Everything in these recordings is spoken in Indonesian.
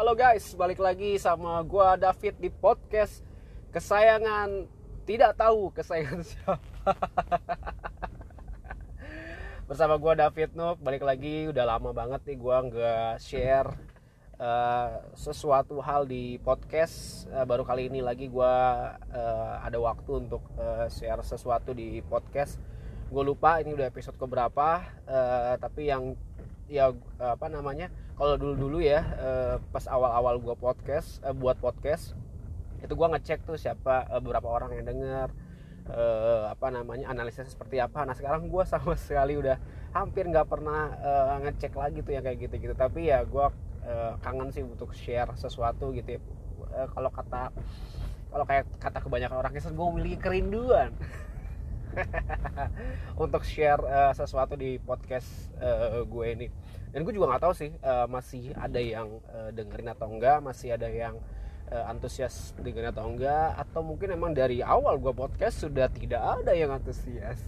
Halo guys, balik lagi sama gua David di podcast kesayangan tidak tahu kesayangan siapa. Bersama gua David Nuk, balik lagi. Udah lama banget nih gua nggak share sesuatu hal di podcast. Baru kali ini lagi gua ada waktu untuk share sesuatu di podcast. Gue lupa ini udah episode keberapa, tapi yang kalau dulu ya, pas awal gue buat podcast itu gue ngecek tuh siapa beberapa orang yang denger, analisisnya seperti apa. Nah sekarang gue sama sekali udah hampir nggak pernah ngecek lagi tuh yang kayak gitu. Tapi ya gue kangen sih untuk share sesuatu gitu ya. Kalau kayak kata kebanyakan orang, gue memiliki kerinduan untuk share sesuatu di podcast gue ini. Dan gue juga nggak tahu sih masih ada yang dengerin atau enggak, masih ada yang antusias dengerin atau enggak, atau mungkin emang dari awal gue podcast sudah tidak ada yang antusias.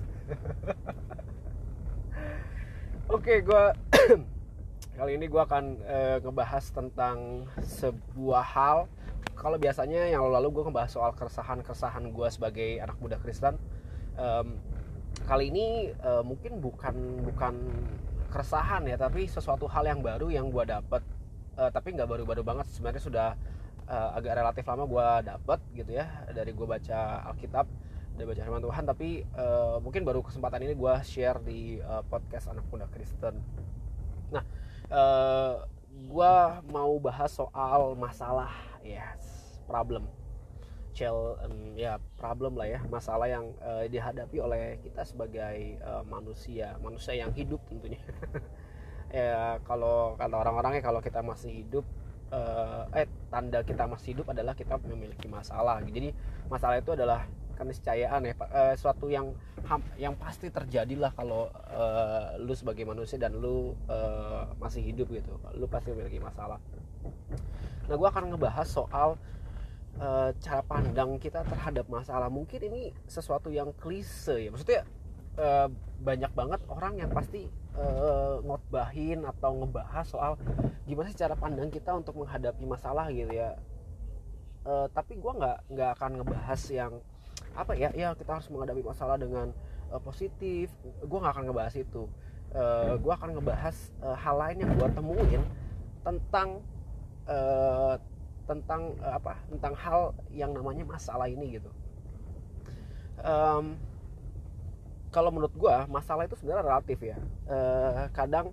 Oke, gue kali ini gue akan ngebahas tentang sebuah hal. Kalau biasanya yang lalu gue ngebahas soal keresahan gue sebagai anak muda Kristen. Kali ini mungkin bukan keresahan ya, tapi sesuatu hal yang baru yang gue dapet, tapi nggak baru-baru banget sebenarnya, sudah agak relatif lama gue dapet gitu ya, dari gue baca Alkitab, dari baca firman Tuhan. Tapi mungkin baru kesempatan ini gue share di podcast anak muda Kristen. Nah, gue mau bahas soal masalah, problem lah ya, masalah yang dihadapi oleh kita sebagai manusia yang hidup tentunya. Ya kalau kata orang-orang ya, kalau kita masih hidup, tanda kita masih hidup adalah kita memiliki masalah. Jadi masalah itu adalah keniscayaan ya, suatu yang pasti terjadi lah kalau lu sebagai manusia dan lu masih hidup gitu, lu pasti memiliki masalah. Nah, gue akan ngebahas soal cara pandang kita terhadap masalah. Mungkin ini sesuatu yang klise ya, maksudnya banyak banget orang yang pasti ngotbahin atau ngebahas soal gimana sih cara pandang kita untuk menghadapi masalah gitu ya. Tapi gue nggak akan ngebahas yang kita harus menghadapi masalah dengan positif. Gue nggak akan ngebahas itu. Gue akan ngebahas hal lain yang gue temuin tentang hal yang namanya masalah ini gitu. Kalau menurut gue masalah itu sebenarnya relatif ya. Kadang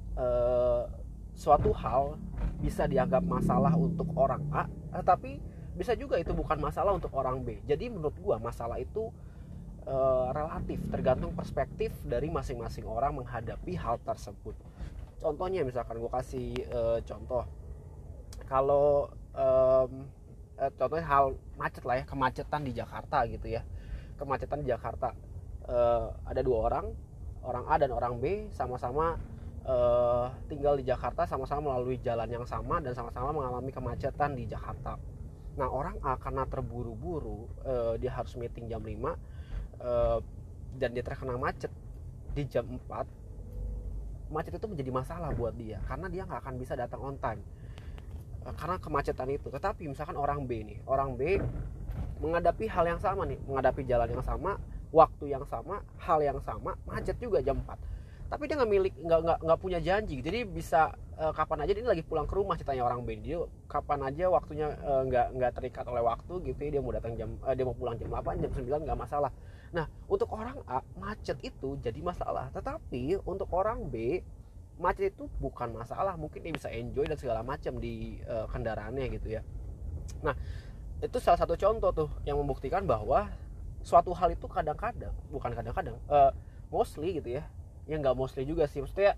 suatu hal bisa dianggap masalah untuk orang A, tapi bisa juga itu bukan masalah untuk orang B. Jadi menurut gue masalah itu relatif, tergantung perspektif dari masing-masing orang menghadapi hal tersebut. Contohnya misalkan gue kasih contoh, kalau contohnya hal macet lah ya, kemacetan di Jakarta gitu ya. Kemacetan di Jakarta, ada dua orang A dan orang B, sama-sama tinggal di Jakarta, sama-sama melalui jalan yang sama dan sama-sama mengalami kemacetan di Jakarta. Nah, orang A karena terburu-buru, dia harus meeting jam 5, dan dia terkena macet di jam 4. Macet itu menjadi masalah buat dia karena dia gak akan bisa datang on time karena kemacetan itu. Tetapi misalkan orang B menghadapi hal yang sama nih, menghadapi jalan yang sama, waktu yang sama, hal yang sama, macet juga jam 4. Tapi dia nggak punya janji, jadi bisa kapan aja. Dia lagi pulang ke rumah ceritanya orang B, dia kapan aja waktunya, nggak terikat oleh waktu gitu ya. Dia mau pulang jam 8, jam 9 nggak masalah. Nah, untuk orang A macet itu jadi masalah, tetapi untuk orang B macet itu bukan masalah. Mungkin dia bisa enjoy dan segala macam di kendaraannya gitu ya. Nah, itu salah satu contoh tuh yang membuktikan bahwa suatu hal itu mostly gitu ya. Ya nggak mostly juga sih, maksudnya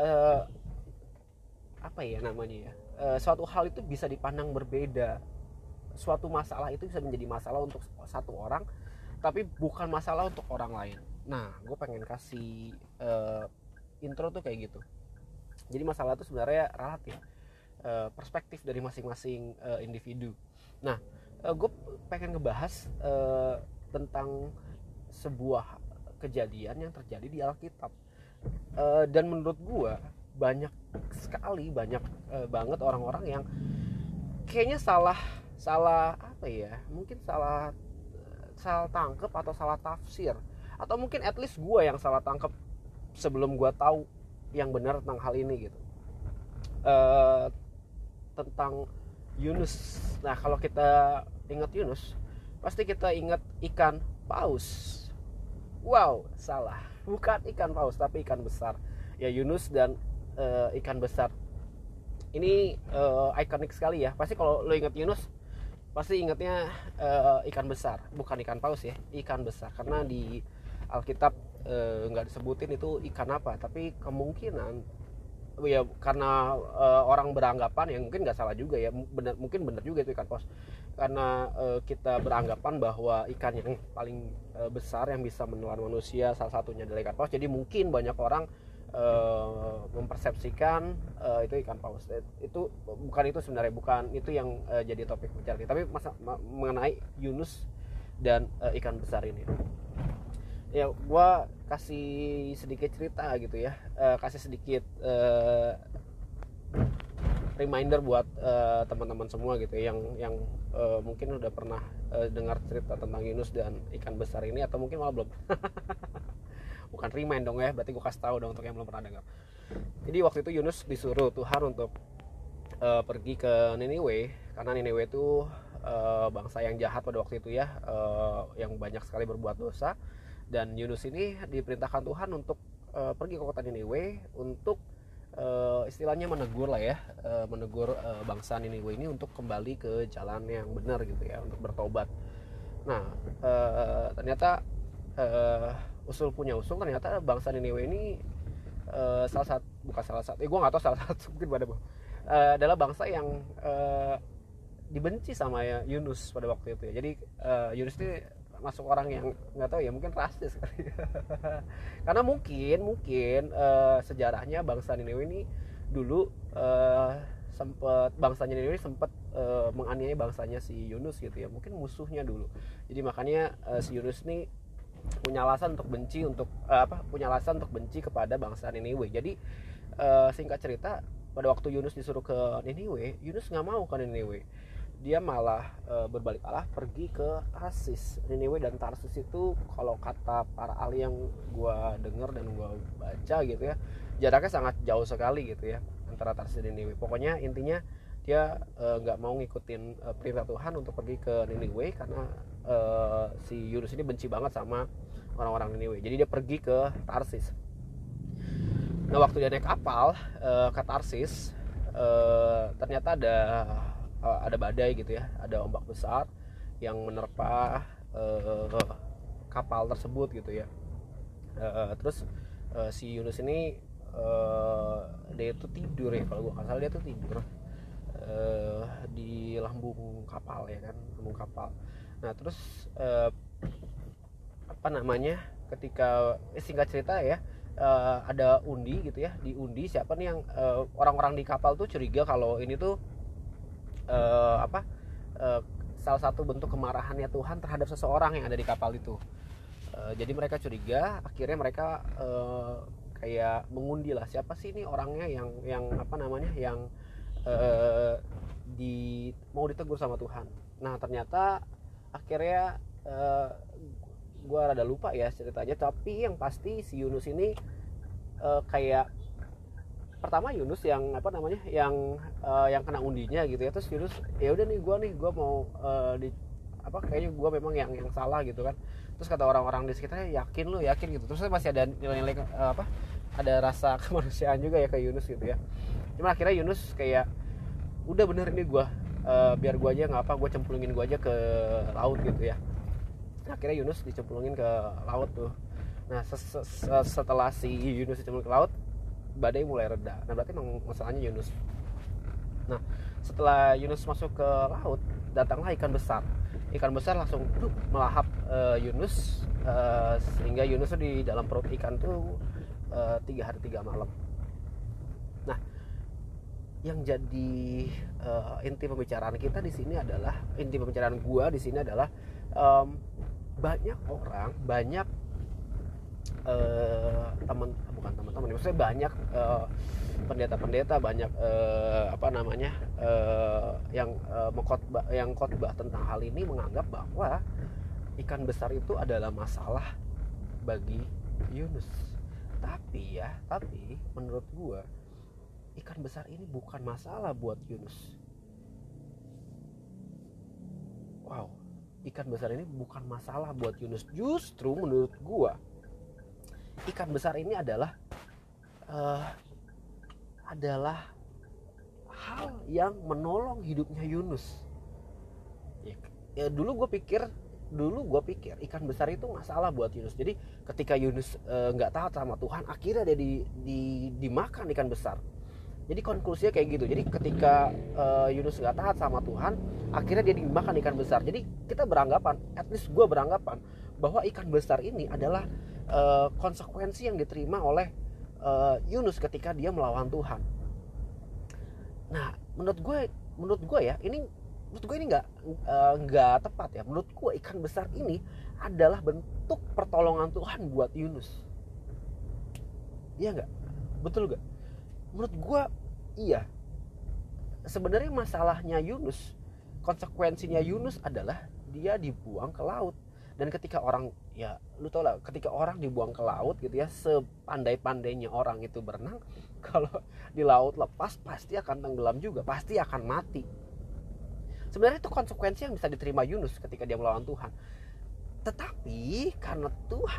suatu hal itu bisa dipandang berbeda. Suatu masalah itu bisa menjadi masalah untuk satu orang, tapi bukan masalah untuk orang lain. Nah, gue pengen kasih intro tuh kayak gitu. Jadi masalah itu sebenarnya relatif, perspektif dari masing-masing individu. Nah, gue pengen ngebahas tentang sebuah kejadian yang terjadi di Alkitab. Dan menurut gue banyak banget orang-orang yang kayaknya salah apa ya, mungkin salah tangkep atau salah tafsir, atau mungkin at least gue yang salah tangkep sebelum gue tahu yang benar tentang hal ini gitu. Tentang Yunus. Nah, kalau kita ingat Yunus, pasti kita ingat ikan paus. Wow, salah. Bukan ikan paus, tapi ikan besar. Ya, Yunus dan ikan besar. Ini ikonik sekali ya. Pasti kalau lo ingat Yunus, pasti ingatnya ikan besar, bukan ikan paus ya, ikan besar. Karena di Alkitab nggak disebutin itu ikan apa, tapi kemungkinan ya karena orang beranggapan, yang mungkin nggak salah juga ya, mungkin benar juga itu ikan paus, karena kita beranggapan bahwa ikan yang paling besar yang bisa menelan manusia salah satunya adalah ikan paus. Jadi mungkin banyak orang mempersepsikan itu ikan paus. Itu bukan itu sebenarnya, bukan itu yang jadi topik bicara kita, tapi mengenai Yunus dan ikan besar ini. Ya, gue kasih sedikit cerita gitu ya, kasih sedikit reminder buat teman-teman semua gitu ya, yang mungkin udah pernah dengar cerita tentang Yunus dan ikan besar ini, atau mungkin malah belum. Bukan remind dong ya, berarti gue kasih tahu dong untuk yang belum pernah dengar. Jadi waktu itu Yunus disuruh Tuhan untuk pergi ke Niniwe, karena Niniwe itu bangsa yang jahat pada waktu itu ya, yang banyak sekali berbuat dosa. Dan Yunus ini diperintahkan Tuhan untuk pergi ke kota Niniwe untuk istilahnya menegur lah ya, menegur bangsa Niniwe ini untuk kembali ke jalan yang benar gitu ya, untuk bertobat. Nah, ternyata usul ternyata bangsa Niniwe ini gue nggak tahu salah satu mungkin adalah bangsa yang dibenci sama Yunus pada waktu itu ya. Jadi Yunus ini masuk orang yang nggak tahu ya, mungkin rasis kali. Karena mungkin sejarahnya bangsa Niniwe ini dulu bangsanya Niniwe sempat menganiaya bangsanya si Yunus gitu ya, mungkin musuhnya dulu. Jadi makanya si Yunus ini punya alasan untuk benci kepada bangsa Niniwe. Jadi singkat cerita, pada waktu Yunus disuruh ke Niniwe, Yunus nggak mau ke Niniwe. Dia malah berbalik arah pergi ke Tarsis. Niniwe dan Tarsis itu kalau kata para ahli yang gue dengar dan gue baca gitu ya, jaraknya sangat jauh sekali gitu ya antara Tarsis dan Niniwe. Pokoknya intinya dia nggak mau ngikutin perintah Tuhan untuk pergi ke Niniwe, karena si Yunus ini benci banget sama orang-orang Niniwe. Jadi dia pergi ke Tarsis. Nah, waktu dia naik kapal ke Tarsis, ternyata ada badai gitu ya, ada ombak besar yang menerpa kapal tersebut gitu ya. Terus si Yunus ini dia itu tidur ya, kalau gue nggak salah dia tuh tidur di lambung kapal ya kan, lambung kapal. Nah terus ketika singkat cerita ya, ada undi gitu ya, diundi siapa nih yang orang-orang di kapal tuh curiga kalau ini tuh salah satu bentuk kemarahannya Tuhan terhadap seseorang yang ada di kapal itu. Jadi mereka curiga, akhirnya mereka kayak mengundi lah, siapa sih ini orangnya yang mau ditegur sama Tuhan. Nah ternyata akhirnya gue rada lupa ya ceritanya, tapi yang pasti si Yunus ini kayak pertama Yunus yang yang kena undinya gitu ya. Terus Yunus ya udah nih gue mau kayaknya gue memang yang salah gitu kan. Terus kata orang-orang di sekitarnya, yakin gitu. Terus masih ada nilai-nilai ada rasa kemanusiaan juga ya ke Yunus gitu ya. Cuma akhirnya Yunus kayak udah bener ini gue biar gue aja gue cemplungin gue aja ke laut gitu ya. Akhirnya Yunus dicemplungin ke laut tuh. Nah setelah si Yunus dicemplungin ke laut, badai mulai reda. Nah berarti memang masalahnya Yunus. Nah setelah Yunus masuk ke laut, datanglah ikan besar. Ikan besar langsung melahap Yunus, sehingga Yunus di dalam perut ikan tuh 3 hari 3 malam. Nah yang jadi inti pembicaraan kita di sini adalah, inti pembicaraan gua di sini adalah banyak teman-teman, maksudnya banyak pendeta-pendeta, banyak yang khotbah tentang hal ini menganggap bahwa ikan besar itu adalah masalah bagi Yunus. Tapi menurut gua ikan besar ini bukan masalah buat Yunus. Wow, ikan besar ini bukan masalah buat Yunus. Justru menurut gua ikan besar ini adalah hal yang menolong hidupnya Yunus. Dulu gue pikir ikan besar itu masalah buat Yunus. Jadi ketika Yunus nggak taat sama Tuhan, akhirnya dia dimakan ikan besar. Jadi konklusinya kayak gitu. Jadi ketika Yunus nggak taat sama Tuhan, akhirnya dia dimakan ikan besar. Jadi kita beranggapan, at least gue beranggapan bahwa ikan besar ini adalah konsekuensi yang diterima oleh Yunus ketika dia melawan Tuhan. Nah, menurut gue ini nggak tepat ya. Menurut gue ikan besar ini adalah bentuk pertolongan Tuhan buat Yunus. Iya nggak? Betul nggak? Menurut gue iya. Sebenarnya masalahnya Yunus, konsekuensinya Yunus adalah dia dibuang ke laut. Dan ketika orang, ya lu tau lah, ketika orang dibuang ke laut gitu ya, sepandai-pandainya orang itu berenang, kalau di laut lepas pasti akan tenggelam juga, pasti akan mati. Sebenarnya itu konsekuensi yang bisa diterima Yunus ketika dia melawan Tuhan. Tetapi karena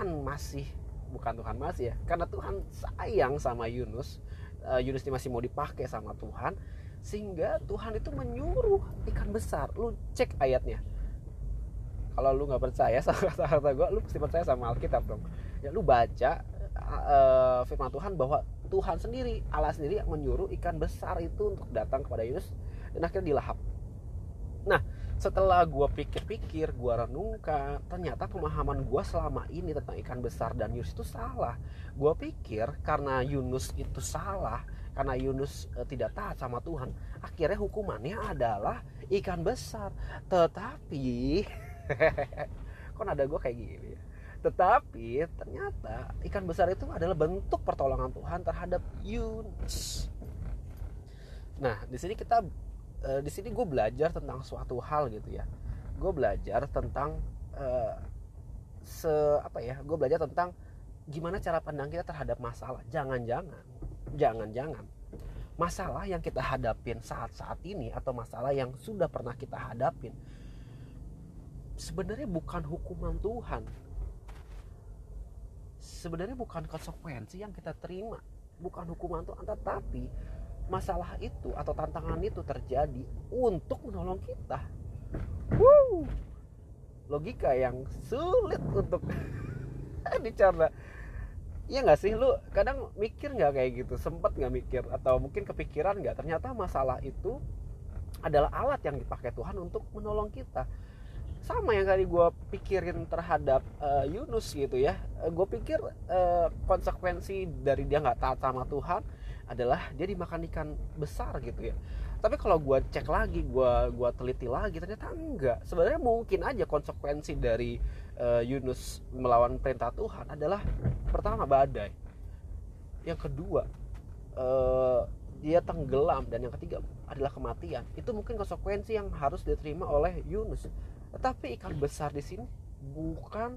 karena Tuhan sayang sama Yunus, Yunus ini masih mau dipakai sama Tuhan, sehingga Tuhan itu menyuruh ikan besar. Lu cek ayatnya. Kalau lu nggak percaya sama kata-kata gue, lu pasti percaya sama Alkitab dong. Ya lu baca firman Tuhan bahwa Tuhan sendiri, Allah sendiri yang menyuruh ikan besar itu untuk datang kepada Yunus dan akhirnya dilahap. Nah, setelah gue pikir-pikir, gue renungkan, ternyata pemahaman gue selama ini tentang ikan besar dan Yunus itu salah. Gue pikir karena Yunus itu salah, karena Yunus tidak taat sama Tuhan, akhirnya hukumannya adalah ikan besar. Tetapi kok nada gue kayak gini ya? Tetapi ternyata ikan besar itu adalah bentuk pertolongan Tuhan terhadap Yunus. Nah, di sini gue belajar tentang suatu hal gitu ya. Gue belajar tentang gue belajar tentang gimana cara pandang kita terhadap masalah. Jangan-jangan masalah yang kita hadapin saat-saat ini atau masalah yang sudah pernah kita hadapin sebenarnya bukan hukuman Tuhan. Sebenarnya bukan konsekuensi yang kita terima, bukan hukuman Tuhan, tetapi masalah itu atau tantangan itu terjadi untuk menolong kita. Logika yang sulit untuk dicerna. Iya gak sih? Lu kadang mikir gak kayak gitu? Sempet gak mikir? Atau mungkin kepikiran gak? Ternyata masalah itu adalah alat yang dipakai Tuhan untuk menolong kita. Sama yang tadi gue pikirin terhadap Yunus gitu ya. Gue pikir konsekuensi dari dia gak taat sama Tuhan adalah dia dimakan ikan besar gitu ya. Tapi kalau gue cek lagi, gue teliti lagi, ternyata enggak. Sebenarnya mungkin aja konsekuensi dari Yunus melawan perintah Tuhan adalah pertama badai, yang kedua dia tenggelam, dan yang ketiga adalah kematian. Itu mungkin konsekuensi yang harus diterima oleh Yunus. Tetapi ikan besar di sini bukan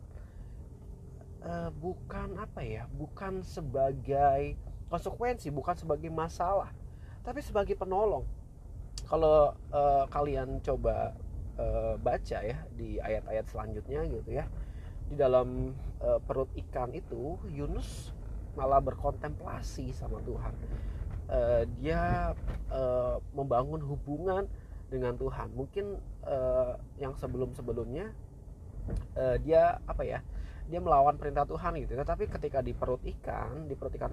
sebagai konsekuensi, bukan sebagai masalah, tapi sebagai penolong. Kalau kalian coba baca ya di ayat-ayat selanjutnya gitu ya, di dalam perut ikan itu Yunus malah berkontemplasi sama Tuhan. Dia membangun hubungan dengan Tuhan. Mungkin yang sebelum-sebelumnya dia melawan perintah Tuhan gitu. Tapi ketika di perut ikan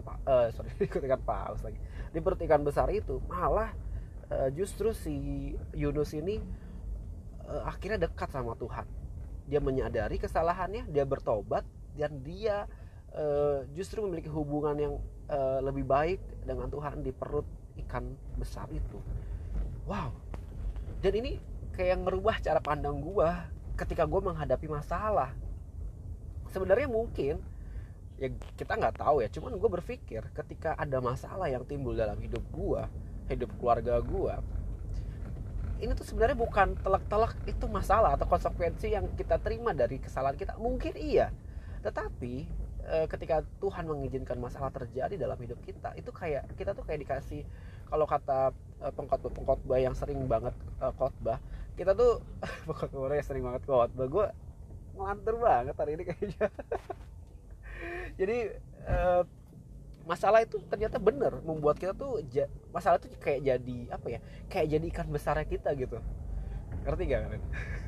besar itu malah justru si Yunus ini akhirnya dekat sama Tuhan. Dia menyadari kesalahannya, dia bertobat, dan dia justru memiliki hubungan yang lebih baik dengan Tuhan di perut ikan besar itu. Wow. Dan ini kayak ngerubah cara pandang gue ketika gue menghadapi masalah. Sebenarnya mungkin Ya kita nggak tahu ya, cuman gue berpikir ketika ada masalah yang timbul dalam hidup gue, hidup keluarga gue, ini tuh sebenarnya bukan telak-telak itu masalah atau konsekuensi yang kita terima dari kesalahan kita. Mungkin iya, tetapi ketika Tuhan mengizinkan masalah terjadi dalam hidup kita, itu kayak kita tuh kayak dikasih, kalau kata pengkhotbah yang sering banget khotbah, kita tuh pengkhotbah yang sering banget khotbah, gue ngelantur banget hari ini kayaknya. Jadi masalah itu ternyata benar membuat kita tuh masalah itu kayak jadi apa ya, kayak jadi ikan besarnya kita gitu, ngerti gak kan?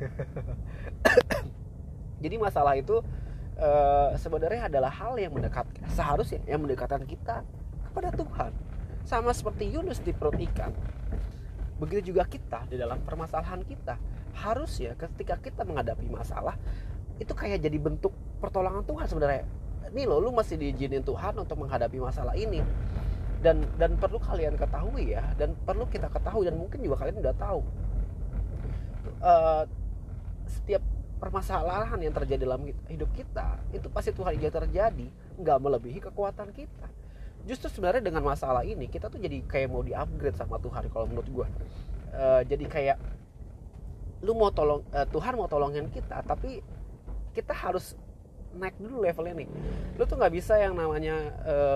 Jadi masalah itu sebenarnya adalah hal yang seharusnya yang mendekatkan kita kepada Tuhan, sama seperti Yunus di perut ikan. Begitu juga kita di dalam permasalahan kita, harusnya ketika kita menghadapi masalah itu kayak jadi bentuk pertolongan Tuhan sebenarnya. Nih lo, lu masih diizinin Tuhan untuk menghadapi masalah ini, dan perlu kalian ketahui ya, dan perlu kita ketahui, dan mungkin juga kalian udah tahu, setiap permasalahan yang terjadi dalam hidup kita itu pasti Tuhan izinkan terjadi, nggak melebihi kekuatan kita. Justru sebenarnya dengan masalah ini kita tuh jadi kayak mau di-upgrade sama Tuhan kalau menurut gue. Jadi kayak lu mau tolong, Tuhan mau tolongin kita, tapi kita harus naik dulu levelnya nih. Lu tuh nggak bisa yang namanya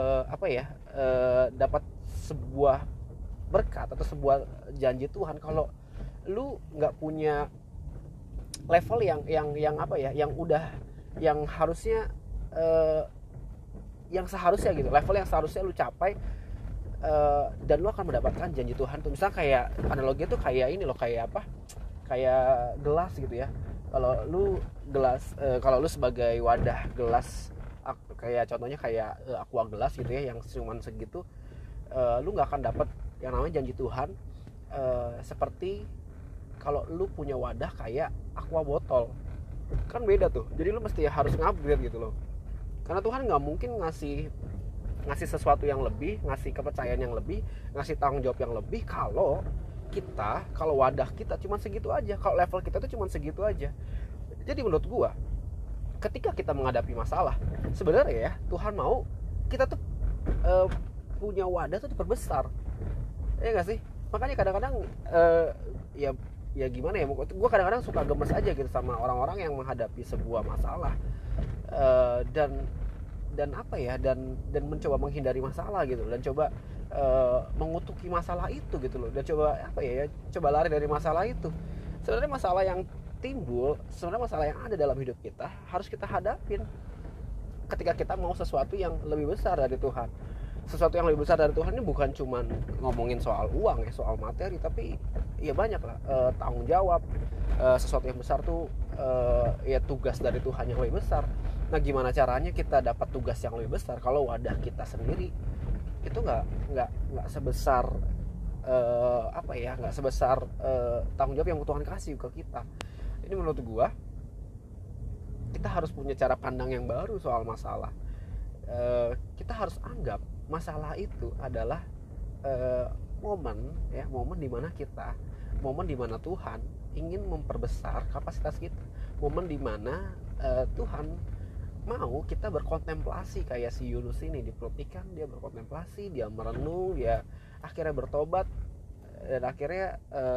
dapat sebuah berkat atau sebuah janji Tuhan kalau lu nggak punya level yang harusnya yang seharusnya gitu, level yang seharusnya lu capai, dan lu akan mendapatkan janji Tuhan tuh. Misalnya kayak analogi tuh kayak ini loh, kayak apa? Kayak gelas gitu ya. Kalau lu sebagai wadah gelas, kayak contohnya kayak aqua gelas gitu ya, yang cuman segitu, lu nggak akan dapat yang namanya janji Tuhan seperti kalau lu punya wadah kayak aqua botol. Kan beda tuh. Jadi lu mesti harus ngupgrade gitu loh. Karena Tuhan nggak mungkin ngasih sesuatu yang lebih, ngasih kepercayaan yang lebih, ngasih tanggung jawab yang lebih kalau wadah kita cuma segitu aja, kalau level kita tuh cuma segitu aja. Jadi menurut gua, ketika kita menghadapi masalah, sebenarnya ya Tuhan mau kita tuh punya wadah tuh diperbesar, ya nggak sih? Makanya kadang-kadang ya gimana ya, gua kadang-kadang suka gemes aja gitu sama orang-orang yang menghadapi sebuah masalah dan mencoba menghindari masalah gitu, dan coba mengutuki masalah itu gitu loh, dan coba lari dari masalah itu. Sebenarnya masalah yang timbul, sebenarnya masalah yang ada dalam hidup kita harus kita hadapin ketika kita mau sesuatu yang lebih besar dari Tuhan. Sesuatu yang lebih besar dari Tuhan ini bukan cuman ngomongin soal uang ya, soal materi, tapi ya banyak lah, tanggung jawab, sesuatu yang besar tuh ya tugas dari Tuhan yang lebih besar. Nah, gimana caranya kita dapat tugas yang lebih besar kalau wadah kita sendiri itu nggak sebesar nggak sebesar tanggung jawab yang Tuhan kasih ke kita. Ini menurut gua kita harus punya cara pandang yang baru soal masalah. Kita harus anggap masalah itu adalah momen di mana Tuhan ingin memperbesar kapasitas kita, momen di mana Tuhan mau kita berkontemplasi kayak si Yunus ini di perut ikan. Dia berkontemplasi, dia merenung, dia akhirnya bertobat, dan akhirnya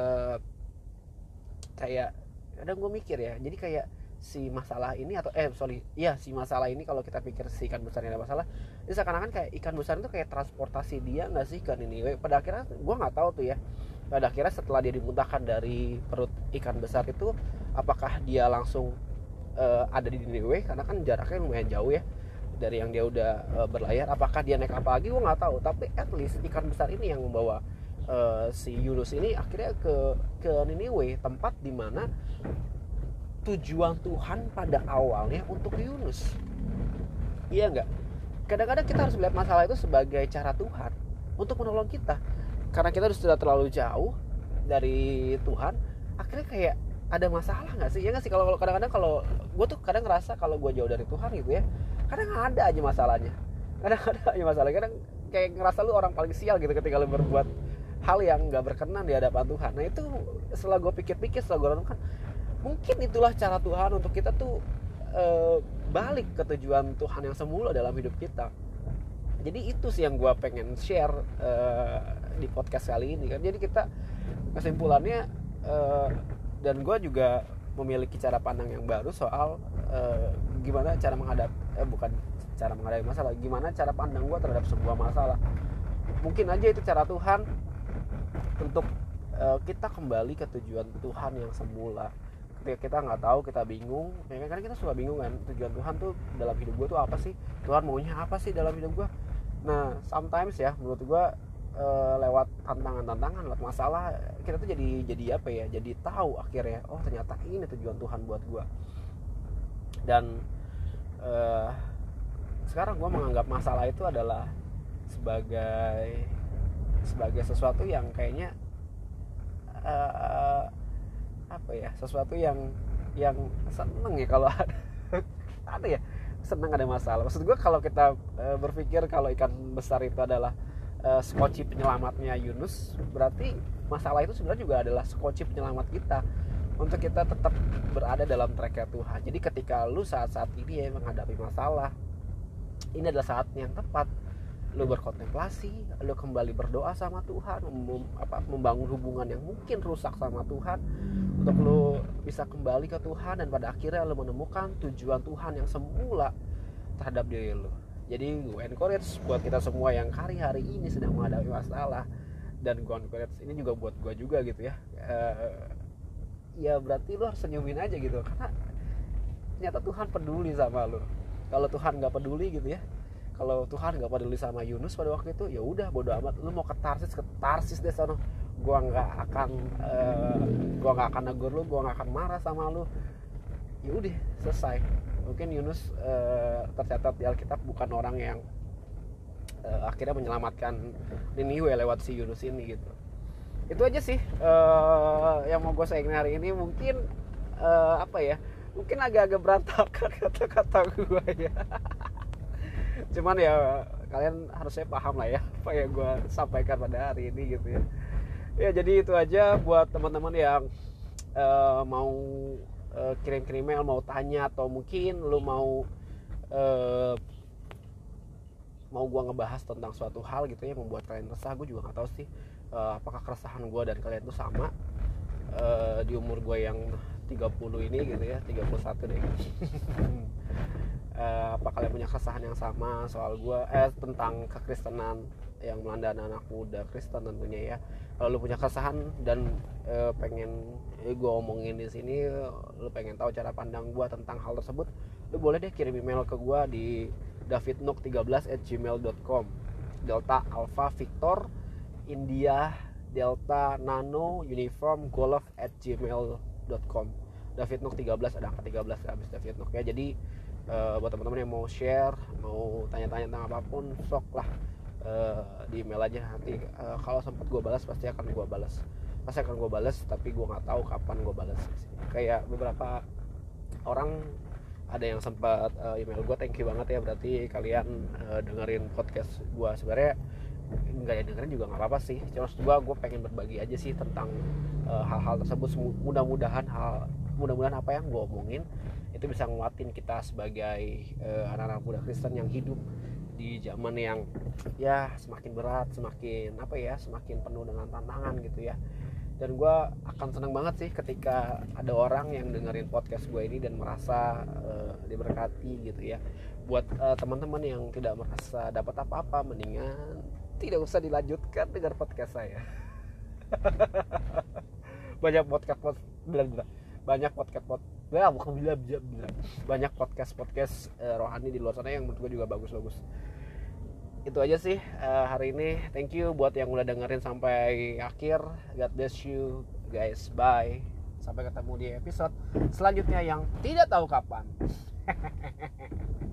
kayak kadang gue mikir ya, jadi kayak si masalah ini si masalah ini, kalau kita pikir si ikan besar ini ada masalah, ini seakan-akan kayak ikan besar itu kayak transportasi dia nggak sih kan ini. Pada akhirnya gue nggak tahu tuh ya, pada akhirnya setelah dia dimuntahkan dari perut ikan besar itu, apakah dia langsung ada di Niniwe, karena kan jaraknya lumayan jauh ya dari yang dia udah berlayar. Apakah dia naik apa lagi, gue nggak tahu, tapi at least ikan besar ini yang membawa si Yunus ini akhirnya ke Niniwe, tempat dimana tujuan Tuhan pada awalnya untuk Yunus. Iya nggak? Kadang-kadang kita harus melihat masalah itu sebagai cara Tuhan untuk menolong kita, karena kita sudah terlalu jauh dari Tuhan. Akhirnya kayak ada masalah nggak sih? Ya nggak sih? Kalau kadang-kadang kalau gue tuh kadang ngerasa kalau gue jauh dari Tuhan gitu ya, kadang ada aja masalahnya. Kadang kayak ngerasa lu orang paling sial gitu ketika lu berbuat hal yang nggak berkenan di hadapan Tuhan. Nah itu setelah gue pikir-pikir, setelah gue renungkan, mungkin itulah cara Tuhan untuk kita tuh balik ke tujuan Tuhan yang semula dalam hidup kita. Jadi itu sih yang gue pengen share di podcast kali ini kan. Jadi kita kesimpulannya dan gue juga memiliki cara pandang yang baru soal gimana cara bukan cara menghadapi masalah, gimana cara pandang gue terhadap sebuah masalah. Mungkin aja itu cara Tuhan untuk kita kembali ke tujuan Tuhan yang semula. Ketika kita nggak tahu, kita bingung, ya kan, kita suka bingung kan, tujuan Tuhan tuh dalam hidup gue tuh apa sih, Tuhan maunya apa sih dalam hidup gue. Nah sometimes ya menurut gue lewat tantangan, lewat masalah, kita tuh jadi apa ya, jadi tahu akhirnya, oh ternyata ini tujuan Tuhan buat gue. Dan sekarang gue menganggap masalah itu adalah sebagai sesuatu yang kayaknya apa ya, sesuatu yang seneng ya kalau ada ya, seneng ada masalah. Maksud gue kalau kita berpikir kalau ikan besar itu adalah skoci penyelamatnya Yunus, berarti masalah itu sebenarnya juga adalah skoci penyelamat kita untuk kita tetap berada dalam tracknya Tuhan. Jadi ketika lu saat-saat ini ya menghadapi masalah, ini adalah saat yang tepat lu berkontemplasi, lu kembali berdoa sama Tuhan, membangun hubungan yang mungkin rusak sama Tuhan, untuk lu bisa kembali ke Tuhan, dan pada akhirnya lu menemukan tujuan Tuhan yang semula terhadap diri lu. Jadi gue encourage buat kita semua yang hari-hari ini sedang menghadapi masalah, dan gue encourage ini juga buat gue juga gitu ya, ya berarti lu harus senyumin aja gitu, karena ternyata Tuhan peduli sama lu. Kalau Tuhan nggak peduli gitu ya, kalau Tuhan nggak peduli sama Yunus pada waktu itu, ya udah bodo amat, lu mau ke Tarsis deh sono, gua nggak akan negur lu, gua nggak akan marah sama lu, ya udah selesai. Mungkin Yunus tercatat di Alkitab bukan orang yang akhirnya menyelamatkan Niniwe lewat si Yunus ini gitu. Itu aja sih yang mau gue sharing hari ini. Mungkin apa ya, mungkin agak-agak berantakan kata-kata gue ya. Cuman ya kalian harusnya paham lah ya apa yang gue sampaikan pada hari ini gitu ya. Ya jadi itu aja buat teman-teman yang mau kirim-kirim email, mau tanya, atau mungkin lu mau gue ngebahas tentang suatu hal gitu ya, membuat kalian resah. Gue juga nggak tahu sih apakah keresahan gue dan kalian tuh sama di umur gue yang 30 ini gitu ya, 31 deh. Apa kalian punya keresahan yang sama soal gue tentang kekristenan yang melanda anak muda Kristen tentunya ya. Kalau lu punya keresahan dan pengen gue omongin di sini, lu pengen tahu cara pandang gue tentang hal tersebut, lu boleh deh kirim email ke gue di davidnook13@gmail.com, Delta Alpha Victor India Delta Nano Uniform Golf @gmail.com. davidnook13, ada angka 13 habis Davidnook ya. Jadi buat teman-teman yang mau share, mau tanya-tanya tentang apapun, sok lah di email aja. Nanti kalau sempat gue balas pasti akan gue balas, tapi gue nggak tahu kapan gue balas. Kayak beberapa orang ada yang sempat email gue, thank you banget ya, berarti kalian dengerin podcast gue. Sebenarnya nggak ya dengerin juga nggak apa-apa sih, cuma gue pengen berbagi aja sih tentang hal-hal tersebut. Mudah-mudahan apa yang gue omongin itu bisa nguatin kita sebagai anak-anak muda Kristen yang hidup di zaman yang ya semakin berat, semakin penuh dengan tantangan gitu ya. Dan gue akan senang banget sih ketika ada orang yang dengerin podcast gue ini dan merasa diberkati gitu ya. Buat teman-teman yang tidak merasa dapat apa-apa, mendingan tidak usah dilanjutkan dengar podcast saya. Banyak podcast rohani di luar sana yang menurut gue juga bagus-bagus. Itu aja sih hari ini. Thank you buat yang udah dengerin sampai akhir. God bless you guys. Bye. Sampai ketemu di episode selanjutnya yang tidak tahu kapan.